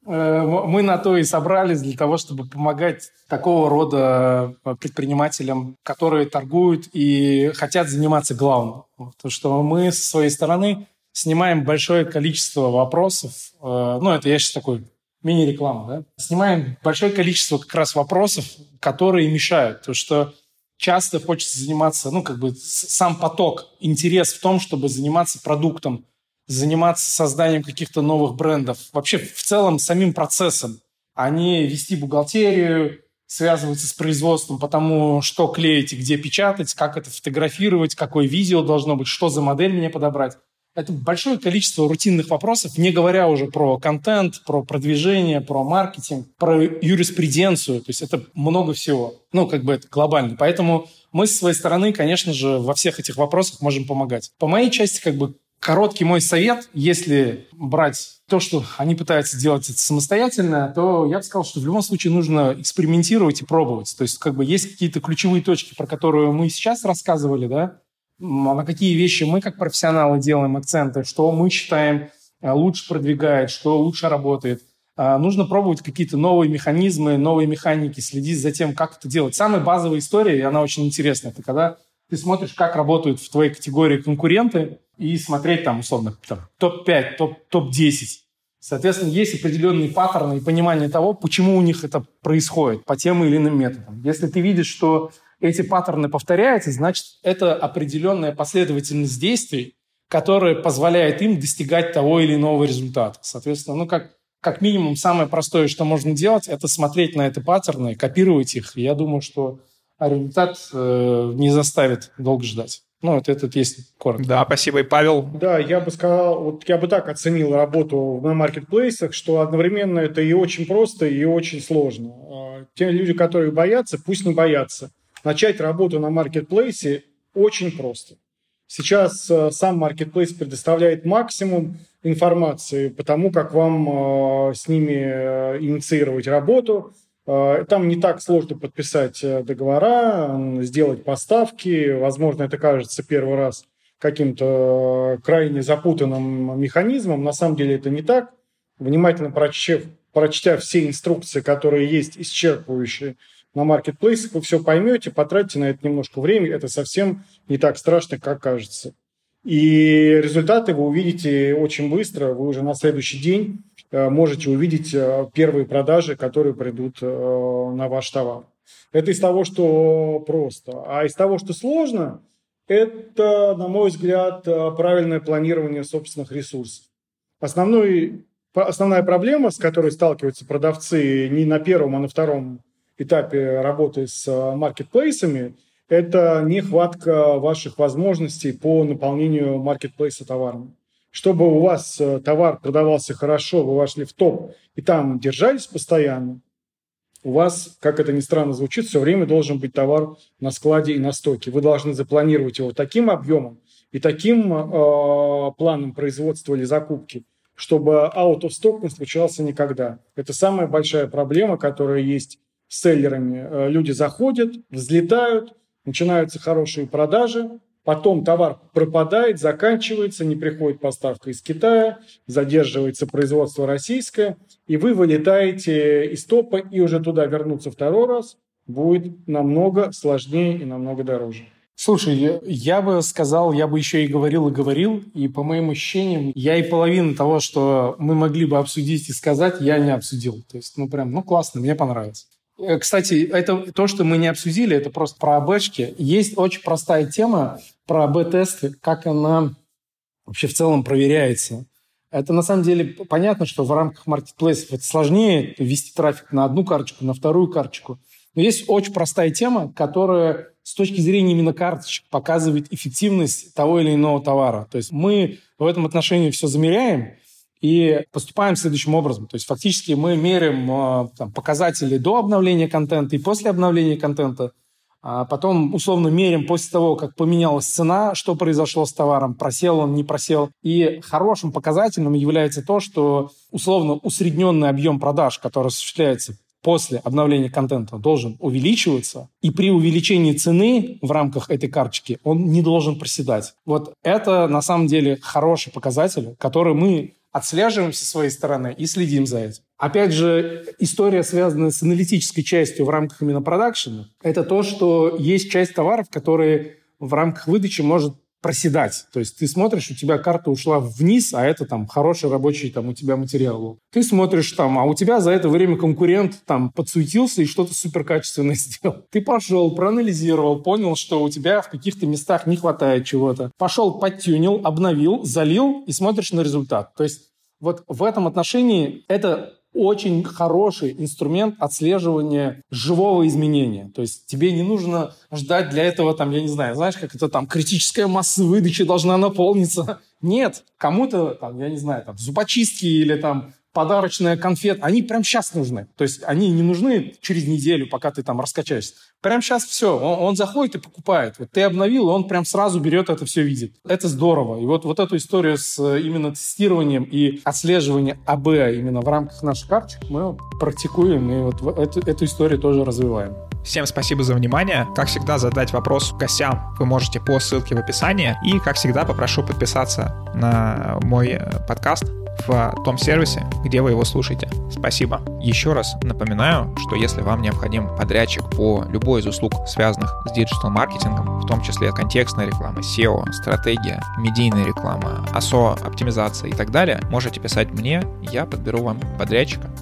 [SPEAKER 2] мы на то и собрались для того, чтобы помогать такого рода предпринимателям, которые торгуют и хотят заниматься главным. То, что мы со своей стороны снимаем большое количество вопросов. Ну, это я сейчас такой... мини-реклама, да? Снимаем большое количество как раз вопросов, которые мешают. То, что часто хочется заниматься, ну, как бы сам поток, интерес в том, чтобы заниматься продуктом, заниматься созданием каких-то новых брендов. Вообще, в целом, самим процессом, а не вести бухгалтерию, связываться с производством, потому что клеить и где печатать, как это фотографировать, какое видео должно быть, что за модель мне подобрать. Это большое количество рутинных вопросов, не говоря уже про контент, про продвижение, про маркетинг, про юриспруденцию. То есть это много всего. Ну, как бы это глобально. Поэтому мы со своей стороны, конечно же, во всех этих вопросах можем помогать. По моей части, как бы, короткий мой совет, если брать то, что они пытаются делать это самостоятельно, то я бы сказал, что в любом случае нужно экспериментировать и пробовать. То есть как бы есть какие-то ключевые точки, про которые мы сейчас рассказывали, да, на какие вещи мы как профессионалы делаем акценты, что мы считаем лучше продвигает, что лучше работает. Нужно пробовать какие-то новые механизмы, новые механики, следить за тем, как это делать. Самая базовая история, и она очень интересная, это когда ты смотришь, как работают в твоей категории конкуренты, и смотреть там, условно, там, топ пять, топ, топ десять. Соответственно, есть определенные паттерны и понимание того, почему у них это происходит по тем или иным методам. Если ты видишь, что эти паттерны повторяются, значит, это определенная последовательность действий, которая позволяет им достигать того или иного результата. Соответственно, ну, как, как минимум, самое простое, что можно делать, это смотреть на эти паттерны, копировать их. И я думаю, что результат э, не заставит долго ждать. Ну, вот это есть коротко.
[SPEAKER 1] Да, спасибо. И Павел?
[SPEAKER 3] Да, я бы сказал, вот я бы так оценил работу на маркетплейсах, что одновременно это и очень просто, и очень сложно. Те люди, которые боятся, пусть не боятся. Начать работу на маркетплейсе очень просто. Сейчас э, сам маркетплейс предоставляет максимум информации по тому, как вам э, с ними э, инициировать работу. Э, там не так сложно подписать договора, сделать поставки. Возможно, это кажется первый раз каким-то крайне запутанным механизмом. На самом деле это не так. Внимательно прочтя, прочтя все инструкции, которые есть, исчерпывающие, на маркетплейсах, вы все поймете, потратите на это немножко времени, это совсем не так страшно, как кажется. И результаты вы увидите очень быстро, вы уже на следующий день можете увидеть первые продажи, которые придут на ваш товар. Это из того, что просто. А из того, что сложно, это, на мой взгляд, правильное планирование собственных ресурсов. Основной, основная проблема, с которой сталкиваются продавцы не на первом, а на втором этапе работы с маркетплейсами, это нехватка ваших возможностей по наполнению маркетплейса товарами. Чтобы у вас товар продавался хорошо, вы вошли в топ и там держались постоянно, у вас, как это ни странно звучит, все время должен быть товар на складе и на стоке. Вы должны запланировать его таким объемом и таким э, планом производства или закупки, чтобы out of stock не случался никогда. Это самая большая проблема, которая есть с селлерами. Люди заходят, взлетают, начинаются хорошие продажи, потом товар пропадает, заканчивается, не приходит поставка из Китая, задерживается производство российское, и вы вылетаете из топа, и уже туда вернуться второй раз будет намного сложнее и намного дороже.
[SPEAKER 2] Слушай, я, я бы сказал, я бы еще и говорил, и говорил, и по моим ощущениям, я и половину того, что мы могли бы обсудить и сказать, я не обсудил. То есть, ну прям, ну классно, мне понравилось. Кстати, это то, что мы не обсудили, это просто про АБшки. Есть очень простая тема про АБ-тесты, как она вообще в целом проверяется. Это на самом деле понятно, что в рамках маркетплейсов это сложнее ввести трафик на одну карточку, на вторую карточку. Но есть очень простая тема, которая с точки зрения именно карточек показывает эффективность того или иного товара. То есть мы в этом отношении все замеряем и поступаем следующим образом. То есть фактически мы меряем там, показатели до обновления контента и после обновления контента. А потом условно меряем после того, как поменялась цена, что произошло с товаром, просел он, не просел. И хорошим показателем является то, что условно усредненный объем продаж, который осуществляется после обновления контента, должен увеличиваться. И при увеличении цены в рамках этой карточки он не должен проседать. Вот это на самом деле хороший показатель, который мы отслеживаем со своей стороны и следим за этим. Опять же, история, связанная с аналитической частью в рамках именно продакшена, это то, что есть часть товаров, которые в рамках выдачи может проседать. То есть ты смотришь, у тебя карта ушла вниз, а это там хороший рабочий там у тебя материал. Ты смотришь там, а у тебя за это время конкурент там подсуетился и что-то суперкачественное сделал. Ты пошел, проанализировал, понял, что у тебя в каких-то местах не хватает чего-то. Пошел, подтюнил, обновил, залил и смотришь на результат. То есть вот в этом отношении это очень хороший инструмент отслеживания живого изменения. То есть тебе не нужно ждать для этого, там, я не знаю, знаешь, как это там, критическая масса выдачи должна наполниться. Нет, кому-то, там, я не знаю, там, зубочистки или там подарочная конфет, они прямо сейчас нужны. То есть они не нужны через неделю, пока ты там раскачаешься. Прямо сейчас все. Он, он заходит и покупает. Вот ты обновил, и он прям сразу берет это, все видит. Это здорово. И вот, вот эту историю с именно тестированием и отслеживанием эй би именно в рамках наших карточек мы практикуем, и вот эту, эту историю тоже развиваем.
[SPEAKER 1] Всем спасибо за внимание. Как всегда, задать вопрос гостям вы можете по ссылке в описании. И, как всегда, попрошу подписаться на мой подкаст в том сервисе, где вы его слушаете. Спасибо. Еще раз напоминаю, что если вам необходим подрядчик по любой из услуг, связанных с диджитал-маркетингом, в том числе контекстная реклама, сео, стратегия, медийная реклама, эй эс о, оптимизация и так далее, можете писать мне, я подберу вам подрядчика.